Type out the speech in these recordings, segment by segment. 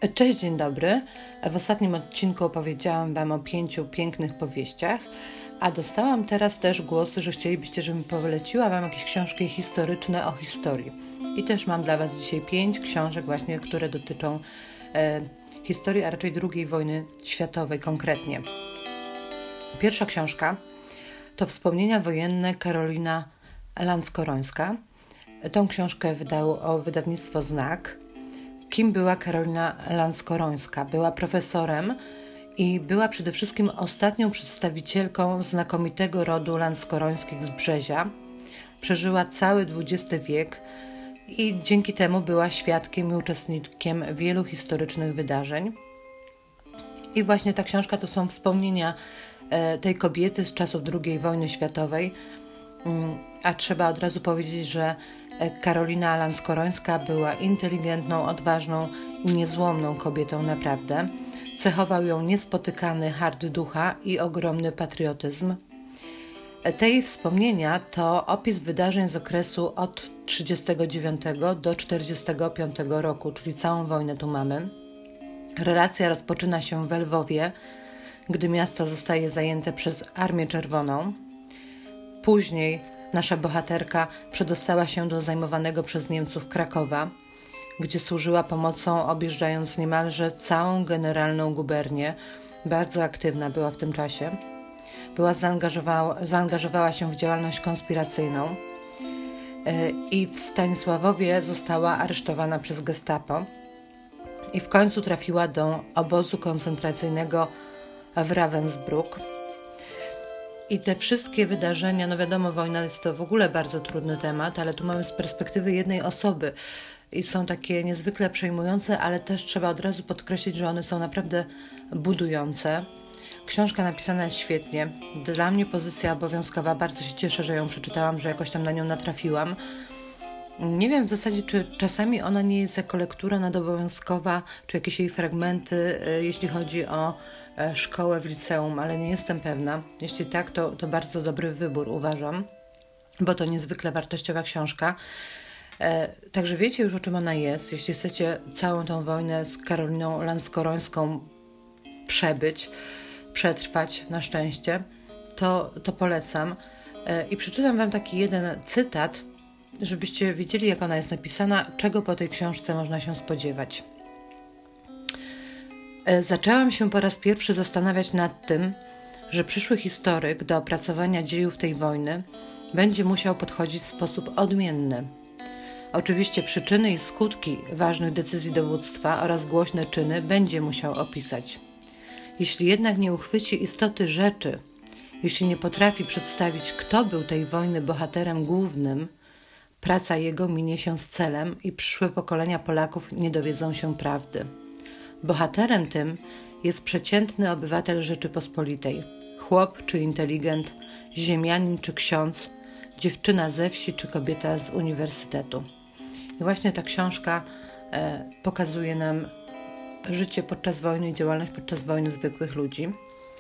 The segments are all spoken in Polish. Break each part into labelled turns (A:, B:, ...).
A: Cześć, dzień dobry. W ostatnim odcinku opowiedziałam Wam o 5 pięknych powieściach, a dostałam teraz też głosy, że chcielibyście, żebym poleciła Wam jakieś książki historyczne o historii. I też mam dla Was dzisiaj 5 książek właśnie, które dotyczą historii, a raczej II wojny światowej konkretnie. Pierwsza książka to Wspomnienia wojenne Karolina Lanckorońska. Tą książkę wydało wydawnictwo Znak. Kim była Karolina Lanckorońska? Była profesorem i była przede wszystkim ostatnią przedstawicielką znakomitego rodu Lanckorońskich z Brzezia. Przeżyła cały XX wiek i dzięki temu była świadkiem i uczestnikiem wielu historycznych wydarzeń. I właśnie ta książka to są wspomnienia tej kobiety z czasów II wojny światowej, a trzeba od razu powiedzieć, że Karolina Lanckorońska była inteligentną, odważną i niezłomną kobietą naprawdę. Cechował ją niespotykany hart ducha i ogromny patriotyzm. Te jej wspomnienia to opis wydarzeń z okresu od 1939 do 1945 roku, czyli całą wojnę tu mamy. Relacja rozpoczyna się w Lwowie, gdy miasto zostaje zajęte przez Armię Czerwoną. Później nasza bohaterka przedostała się do zajmowanego przez Niemców Krakowa, gdzie służyła pomocą, objeżdżając niemalże całą generalną gubernię. Bardzo aktywna była w tym czasie. Zaangażowała się w działalność konspiracyjną i w Stanisławowie została aresztowana przez Gestapo i w końcu trafiła do obozu koncentracyjnego w Ravensbrück. I te wszystkie wydarzenia, no wiadomo, wojna jest to w ogóle bardzo trudny temat, ale tu mamy z perspektywy jednej osoby i są takie niezwykle przejmujące, ale też trzeba od razu podkreślić, że one są naprawdę budujące. Książka napisana jest świetnie. Dla mnie pozycja obowiązkowa, bardzo się cieszę, że ją przeczytałam, że jakoś tam na nią natrafiłam. Nie wiem w zasadzie, czy czasami ona nie jest jako lektura nadobowiązkowa, czy jakieś jej fragmenty, jeśli chodzi o szkołę w liceum, ale nie jestem pewna. Jeśli tak, to bardzo dobry wybór uważam, bo to niezwykle wartościowa książka. Także wiecie już, o czym ona jest. Jeśli chcecie całą tą wojnę z Karoliną Lanckorońską przetrwać na szczęście, to polecam. I przeczytam Wam taki jeden cytat, żebyście wiedzieli, jak ona jest napisana, czego po tej książce można się spodziewać. Zaczęłam się po raz pierwszy zastanawiać nad tym, że przyszły historyk do opracowania dziejów tej wojny będzie musiał podchodzić w sposób odmienny. Oczywiście przyczyny i skutki ważnych decyzji dowództwa oraz głośne czyny będzie musiał opisać. Jeśli jednak nie uchwyci istoty rzeczy, jeśli nie potrafi przedstawić, kto był tej wojny bohaterem głównym, praca jego minie się z celem i przyszłe pokolenia Polaków nie dowiedzą się prawdy. Bohaterem tym jest przeciętny obywatel Rzeczypospolitej, chłop czy inteligent, ziemianin czy ksiądz, dziewczyna ze wsi czy kobieta z uniwersytetu. I właśnie ta książka pokazuje nam życie podczas wojny i działalność podczas wojny zwykłych ludzi.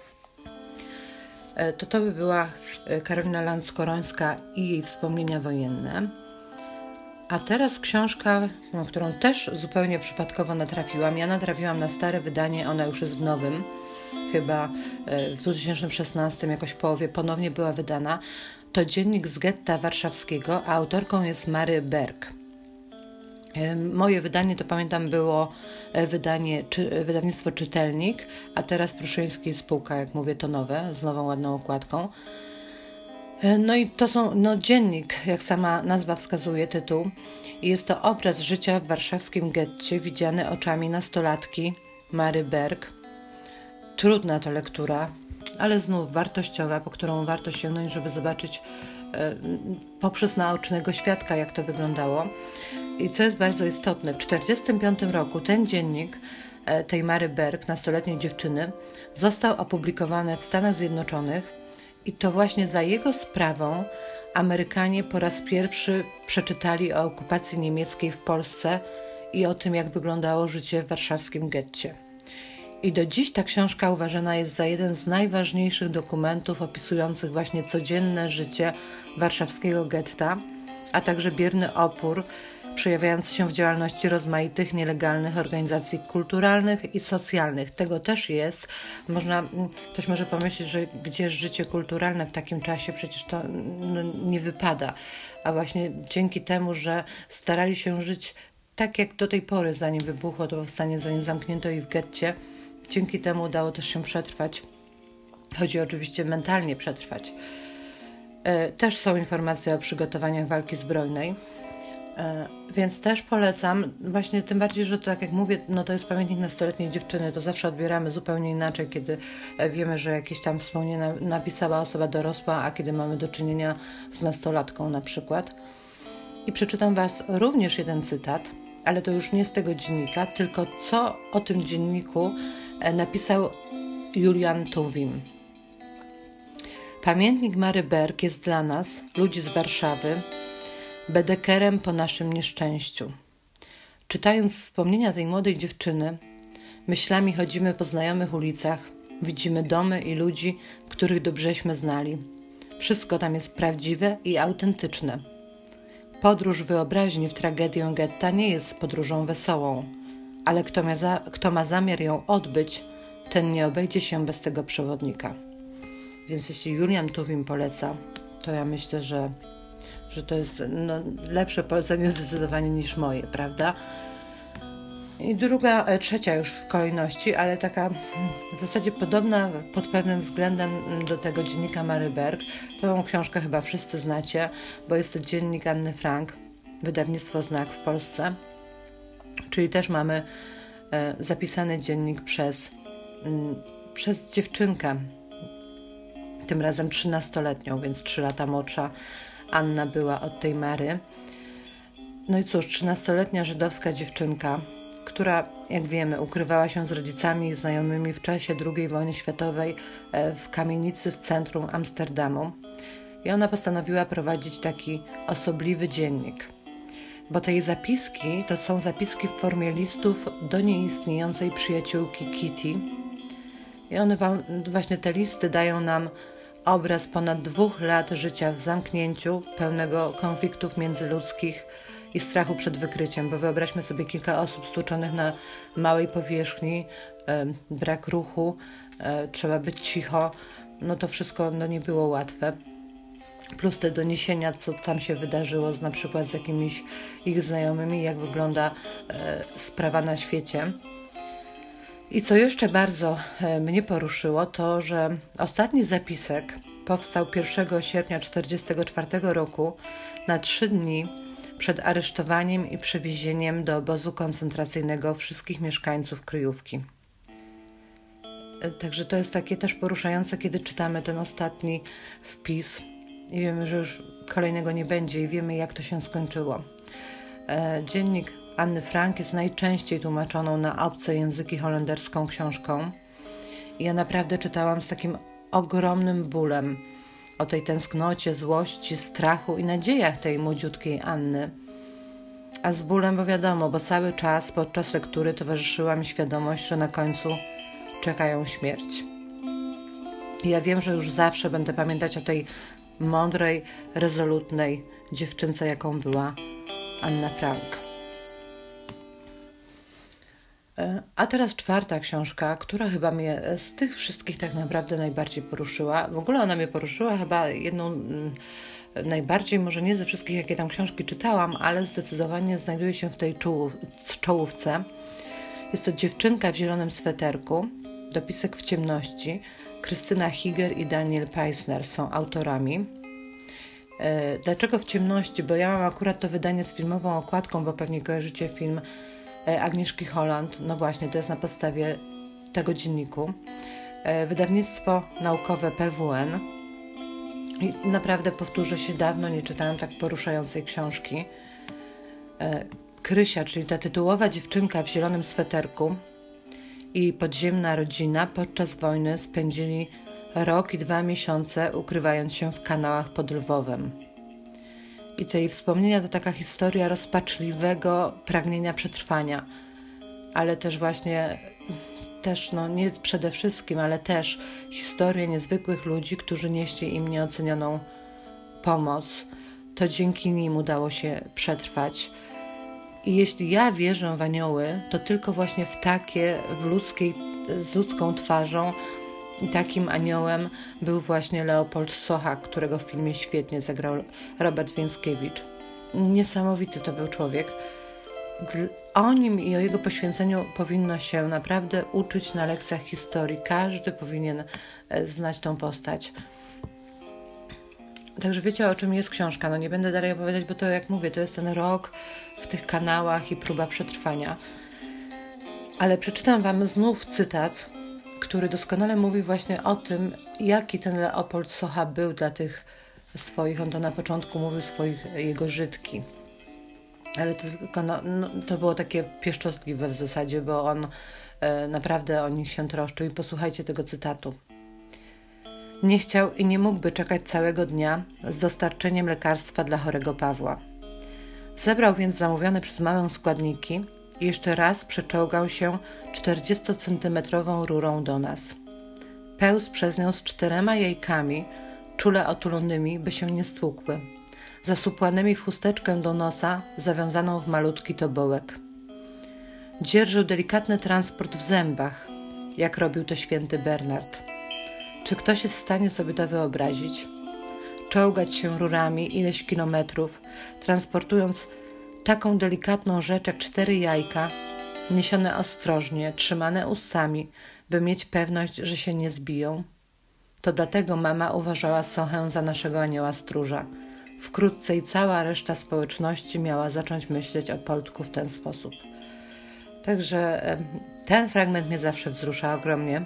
A: To by była Karolina Lanckorońska i jej wspomnienia wojenne. A teraz książka, na którą też zupełnie przypadkowo natrafiłam. Ja natrafiłam na stare wydanie, ona już jest w nowym. Chyba w 2016 jakoś w połowie ponownie była wydana. To Dziennik z getta warszawskiego, a autorką jest Mary Berg. Moje wydanie, to pamiętam, było wydawnictwo Czytelnik, a teraz Pruszyński spółka, jak mówię, to nowe, z nową ładną okładką. No i to są, dziennik, jak sama nazwa wskazuje, tytuł. Jest to obraz życia w warszawskim getcie, widziany oczami nastolatki Mary Berg. Trudna to lektura, ale znów wartościowa, po którą warto sięgnąć, żeby zobaczyć poprzez naocznego świadka, jak to wyglądało. I co jest bardzo istotne, w 1945 roku ten dziennik tej Mary Berg, nastoletniej dziewczyny, został opublikowany w Stanach Zjednoczonych i to właśnie za jego sprawą Amerykanie po raz pierwszy przeczytali o okupacji niemieckiej w Polsce i o tym, jak wyglądało życie w warszawskim getcie. I do dziś ta książka uważana jest za jeden z najważniejszych dokumentów opisujących właśnie codzienne życie warszawskiego getta, a także bierny opór przejawiające się w działalności rozmaitych nielegalnych organizacji kulturalnych i socjalnych. Tego też jest. Ktoś może pomyśleć, że gdzież życie kulturalne w takim czasie, przecież to nie wypada. A właśnie dzięki temu, że starali się żyć tak jak do tej pory, zanim wybuchło to powstanie, zanim zamknięto ich w getcie, dzięki temu udało też się przetrwać. Chodzi oczywiście mentalnie przetrwać. Też są informacje o przygotowaniach walki zbrojnej, więc też polecam, właśnie tym bardziej, że to, tak jak mówię, to jest pamiętnik nastoletniej dziewczyny, to zawsze odbieramy zupełnie inaczej, kiedy wiemy, że jakieś tam wspomnienie napisała osoba dorosła, a kiedy mamy do czynienia z nastolatką na przykład. I przeczytam Was również jeden cytat, ale to już nie z tego dziennika, tylko co o tym dzienniku napisał Julian Tuwim. Pamiętnik Mary Berg jest dla nas, ludzi z Warszawy, bedekerem po naszym nieszczęściu. Czytając wspomnienia tej młodej dziewczyny, myślami chodzimy po znajomych ulicach, widzimy domy i ludzi, których dobrześmy znali. Wszystko tam jest prawdziwe i autentyczne. Podróż wyobraźni w tragedię getta nie jest podróżą wesołą, ale kto ma zamiar ją odbyć, ten nie obejdzie się bez tego przewodnika. Więc jeśli Julian Tuwim poleca, to ja myślę, że to jest lepsze polecenie zdecydowanie niż moje, prawda? I trzecia już w kolejności, ale taka w zasadzie podobna pod pewnym względem do tego dziennika Mary Berg. Tą książkę chyba wszyscy znacie, bo jest to dziennik Anny Frank, wydawnictwo Znak w Polsce. Czyli też mamy zapisany dziennik przez dziewczynkę, tym razem 13-letnią, więc 3 lata młodsza Anna była od tej Mary. No i cóż, 13-letnia żydowska dziewczynka, która, jak wiemy, ukrywała się z rodzicami i znajomymi w czasie II wojny światowej w kamienicy w centrum Amsterdamu. I ona postanowiła prowadzić taki osobliwy dziennik. Bo te jej zapiski to są zapiski w formie listów do nieistniejącej przyjaciółki Kitty. I właśnie te listy dają nam obraz ponad 2 lat życia w zamknięciu, pełnego konfliktów międzyludzkich i strachu przed wykryciem, bo wyobraźmy sobie kilka osób stłuczonych na małej powierzchni, brak ruchu, trzeba być cicho, to wszystko nie było łatwe. Plus te doniesienia, co tam się wydarzyło, na przykład z jakimiś ich znajomymi, jak wygląda sprawa na świecie. I co jeszcze bardzo mnie poruszyło, to, że ostatni zapisek powstał 1 sierpnia 1944 roku na 3 dni przed aresztowaniem i przewiezieniem do obozu koncentracyjnego wszystkich mieszkańców kryjówki. Także to jest takie też poruszające, kiedy czytamy ten ostatni wpis i wiemy, że już kolejnego nie będzie i wiemy, jak to się skończyło. Dziennik Anny Frank jest najczęściej tłumaczoną na obce języki holenderską książką. I ja naprawdę czytałam z takim ogromnym bólem o tej tęsknocie, złości, strachu i nadziejach tej młodziutkiej Anny. A z bólem, bo wiadomo, bo cały czas podczas lektury towarzyszyła mi świadomość, że na końcu czeka ją śmierć. I ja wiem, że już zawsze będę pamiętać o tej mądrej, rezolutnej dziewczynce, jaką była Anna Frank. A teraz 4. książka, która chyba mnie z tych wszystkich tak naprawdę najbardziej poruszyła. W ogóle ona mnie poruszyła chyba jedną najbardziej, może nie ze wszystkich, jakie tam książki czytałam, ale zdecydowanie znajduje się w tej czołówce. Jest to Dziewczynka w zielonym sweterku, dopisek w ciemności. Krystyna Higer i Daniel Peisner są autorami. Dlaczego w ciemności? Bo ja mam akurat to wydanie z filmową okładką, bo pewnie kojarzycie film Agnieszki Holland. No właśnie, to jest na podstawie tego dzienniku. Wydawnictwo naukowe PWN. I naprawdę powtórzę się, dawno nie czytałam tak poruszającej książki. Krysia, czyli ta tytułowa dziewczynka w zielonym sweterku i podziemna rodzina podczas wojny spędzili rok i 2 miesiące ukrywając się w kanałach pod Lwowem. I te jej wspomnienia to taka historia rozpaczliwego pragnienia przetrwania, ale też właśnie, nie przede wszystkim, ale też historie niezwykłych ludzi, którzy nieśli im nieocenioną pomoc. To dzięki nim udało się przetrwać. I jeśli ja wierzę w anioły, to tylko właśnie w takie, z ludzką twarzą. I takim aniołem był właśnie Leopold Socha, którego w filmie świetnie zagrał Robert Więckiewicz. Niesamowity to był człowiek. O nim i o jego poświęceniu powinno się naprawdę uczyć na lekcjach historii. Każdy powinien znać tą postać. Także wiecie, o czym jest książka. No nie będę dalej opowiadać, bo to, jak mówię, to jest ten rok w tych kanałach i próba przetrwania. Ale przeczytam wam znów cytat, który doskonale mówi właśnie o tym, jaki ten Leopold Socha był dla tych swoich, on to na początku mówił jego Żydki. Ale to tylko to było takie pieszczotliwe w zasadzie, bo on naprawdę o nich się troszczył. I posłuchajcie tego cytatu. Nie chciał i nie mógłby czekać całego dnia z dostarczeniem lekarstwa dla chorego Pawła. Zebrał więc zamówione przez mamę składniki i jeszcze raz przeczołgał się 40-centymetrową rurą do nas. Pełzł przez nią z 4 jajkami, czule otulonymi, by się nie stłukły, zasupłanymi w chusteczkę do nosa, zawiązaną w malutki tobołek. Dzierżył delikatny transport w zębach, jak robił to święty Bernard. Czy ktoś jest w stanie sobie to wyobrazić? Czołgać się rurami ileś kilometrów, transportując taką delikatną rzecz jak 4 jajka, niesione ostrożnie, trzymane ustami, by mieć pewność, że się nie zbiją. To dlatego mama uważała Sochę za naszego anioła stróża. Wkrótce i cała reszta społeczności miała zacząć myśleć o Poltku w ten sposób. Także ten fragment mnie zawsze wzrusza ogromnie.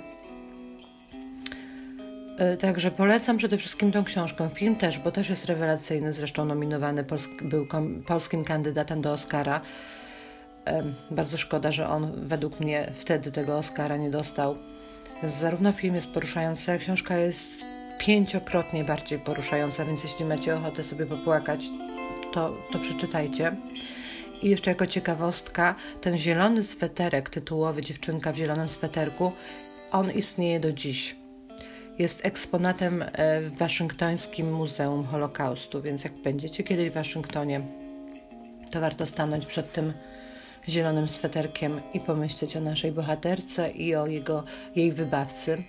A: Także polecam przede wszystkim tą książkę. Film też, bo też jest rewelacyjny, zresztą nominowany, był polskim kandydatem do Oscara. Bardzo szkoda, że on według mnie wtedy tego Oscara nie dostał. Zarówno film jest poruszający, jak książka jest 5-krotnie bardziej poruszająca, więc jeśli macie ochotę sobie popłakać, to przeczytajcie. I jeszcze jako ciekawostka, ten zielony sweterek tytułowy, dziewczynka w zielonym sweterku, on istnieje do dziś. Jest eksponatem w waszyngtońskim Muzeum Holokaustu, więc jak będziecie kiedyś w Waszyngtonie, to warto stanąć przed tym zielonym sweterkiem i pomyśleć o naszej bohaterce i o jej wybawcy.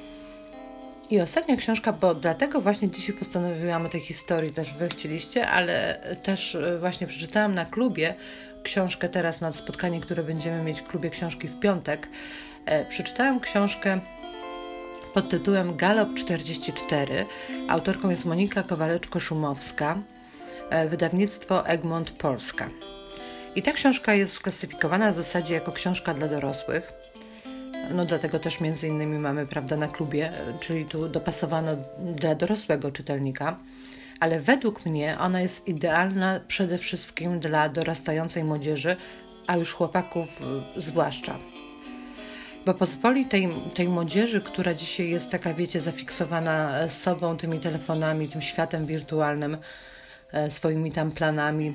A: I ostatnia książka, bo dlatego właśnie dzisiaj postanowiłam o tej historii, też wy chcieliście, ale też właśnie przeczytałam na klubie książkę teraz na spotkanie, które będziemy mieć w klubie książki w piątek. Przeczytałam książkę pod tytułem Galop 44. Autorką jest Monika Kowaleczko-Szumowska, wydawnictwo Egmont Polska. I ta książka jest sklasyfikowana w zasadzie jako książka dla dorosłych. No dlatego też między innymi mamy, prawda, na klubie, czyli tu dopasowano dla dorosłego czytelnika. Ale według mnie ona jest idealna przede wszystkim dla dorastającej młodzieży, a już chłopaków zwłaszcza. Bo pozwoli tej młodzieży, która dzisiaj jest taka, wiecie, zafiksowana sobą, tymi telefonami, tym światem wirtualnym, swoimi tam planami,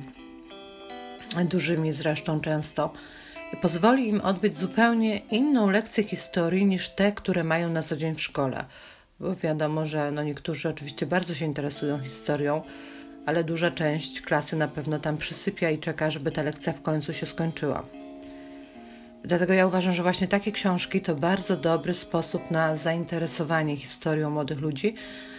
A: dużymi zresztą często, pozwoli im odbyć zupełnie inną lekcję historii niż te, które mają na co dzień w szkole. Bo wiadomo, że niektórzy oczywiście bardzo się interesują historią, ale duża część klasy na pewno tam przysypia i czeka, żeby ta lekcja w końcu się skończyła. Dlatego ja uważam, że właśnie takie książki to bardzo dobry sposób na zainteresowanie historią młodych ludzi,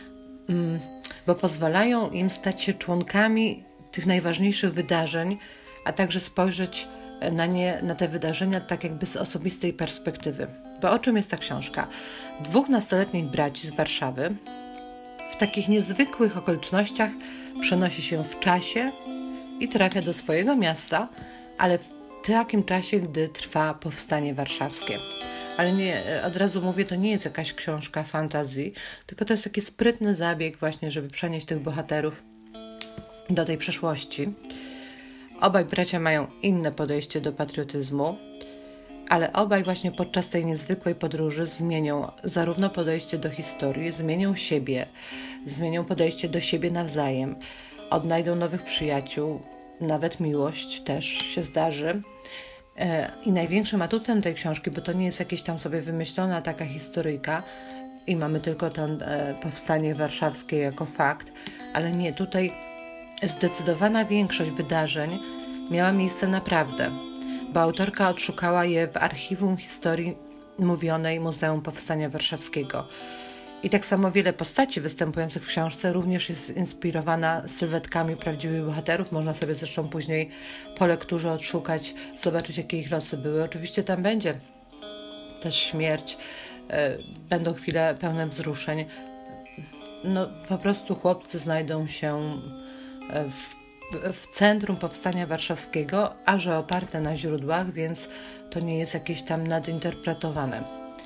A: bo pozwalają im stać się członkami tych najważniejszych wydarzeń, a także spojrzeć na te wydarzenia tak jakby z osobistej perspektywy. Bo o czym jest ta książka? 2 nastoletnich braci z Warszawy w takich niezwykłych okolicznościach przenosi się w czasie i trafia do swojego miasta, ale w takim czasie, gdy trwa powstanie warszawskie. Ale nie, od razu mówię, to nie jest jakaś książka fantazji, tylko to jest taki sprytny zabieg właśnie, żeby przenieść tych bohaterów do tej przeszłości. Obaj bracia mają inne podejście do patriotyzmu, ale obaj właśnie podczas tej niezwykłej podróży zmienią zarówno podejście do historii, zmienią siebie, zmienią podejście do siebie nawzajem, odnajdą nowych przyjaciół, nawet miłość też się zdarzy. I największym atutem tej książki, bo to nie jest jakieś tam sobie wymyślona taka historyjka i mamy tylko to powstanie warszawskie jako fakt, ale nie, tutaj zdecydowana większość wydarzeń miała miejsce naprawdę, bo autorka odszukała je w archiwum historii mówionej Muzeum Powstania Warszawskiego. I tak samo wiele postaci występujących w książce również jest inspirowana sylwetkami prawdziwych bohaterów. Można sobie zresztą później po lekturze odszukać, zobaczyć, jakie ich losy były. Oczywiście tam będzie też śmierć, będą chwile pełne wzruszeń. No, po prostu chłopcy znajdą się w centrum Powstania Warszawskiego, a że oparte na źródłach, więc to nie jest jakieś tam nadinterpretowane.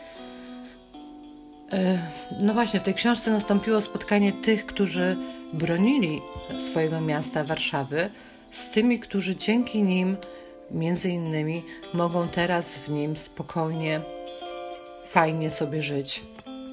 A: No właśnie, w tej książce nastąpiło spotkanie tych, którzy bronili swojego miasta, Warszawy, z tymi, którzy dzięki nim, między innymi, mogą teraz w nim spokojnie, fajnie sobie żyć.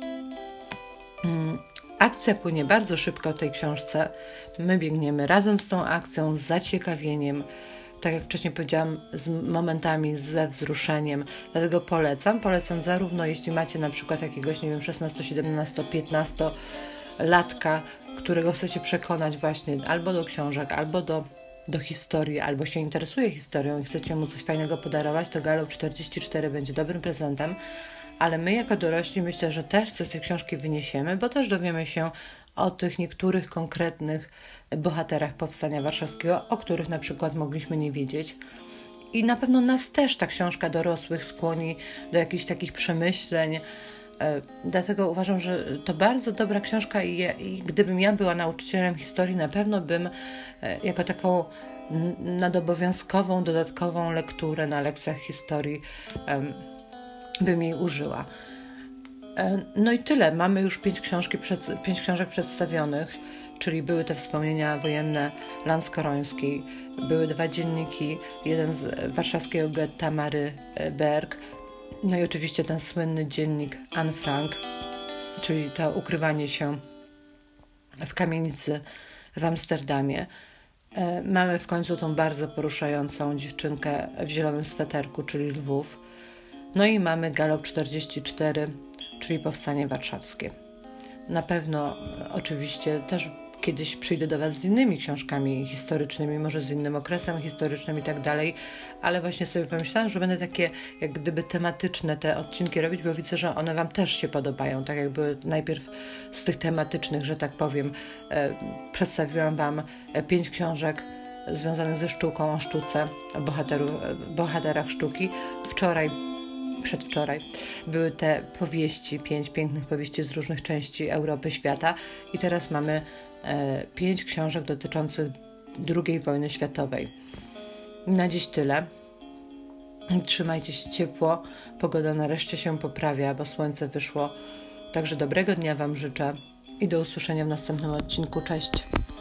A: Akcja płynie bardzo szybko w tej książce. My biegniemy razem z tą akcją, z zaciekawieniem, tak jak wcześniej powiedziałam, z momentami ze wzruszeniem. Dlatego polecam zarówno jeśli macie na przykład jakiegoś, 16, 17, 15 latka, którego chcecie przekonać właśnie albo do książek, albo do historii, albo się interesuje historią i chcecie mu coś fajnego podarować, to Galop 44 będzie dobrym prezentem. Ale my jako dorośli myślę, że też coś z tej książki wyniesiemy, bo też dowiemy się o tych niektórych konkretnych bohaterach Powstania Warszawskiego, o których na przykład mogliśmy nie wiedzieć. I na pewno nas też ta książka dorosłych skłoni do jakichś takich przemyśleń. Dlatego uważam, że to bardzo dobra książka i gdybym ja była nauczycielem historii, na pewno bym jako taką nadobowiązkową, dodatkową lekturę na lekcjach historii bym jej użyła. No i tyle. Mamy już 5 książek przedstawionych, czyli były te wspomnienia wojenne Lanskorońskiej, były 2 dzienniki, jeden z warszawskiego getta Mary Berg, no i oczywiście ten słynny dziennik Anne Frank, czyli to ukrywanie się w kamienicy w Amsterdamie. Mamy w końcu tą bardzo poruszającą dziewczynkę w zielonym sweterku, czyli Lwów. No i mamy Galop 44, czyli Powstanie Warszawskie. Na pewno oczywiście też kiedyś przyjdę do Was z innymi książkami historycznymi, może z innym okresem historycznym i tak dalej, ale właśnie sobie pomyślałam, że będę takie jak gdyby tematyczne te odcinki robić, bo widzę, że one Wam też się podobają, tak jak były najpierw z tych tematycznych, że tak powiem, przedstawiłam Wam 5 książek związanych ze sztuką, o sztuce, o bohaterach sztuki. Przedwczoraj były te powieści, 5 pięknych powieści z różnych części Europy, świata i teraz mamy 5 książek dotyczących II wojny światowej. Na dziś tyle. Trzymajcie się ciepło, pogoda nareszcie się poprawia, bo słońce wyszło. Także dobrego dnia Wam życzę i do usłyszenia w następnym odcinku. Cześć!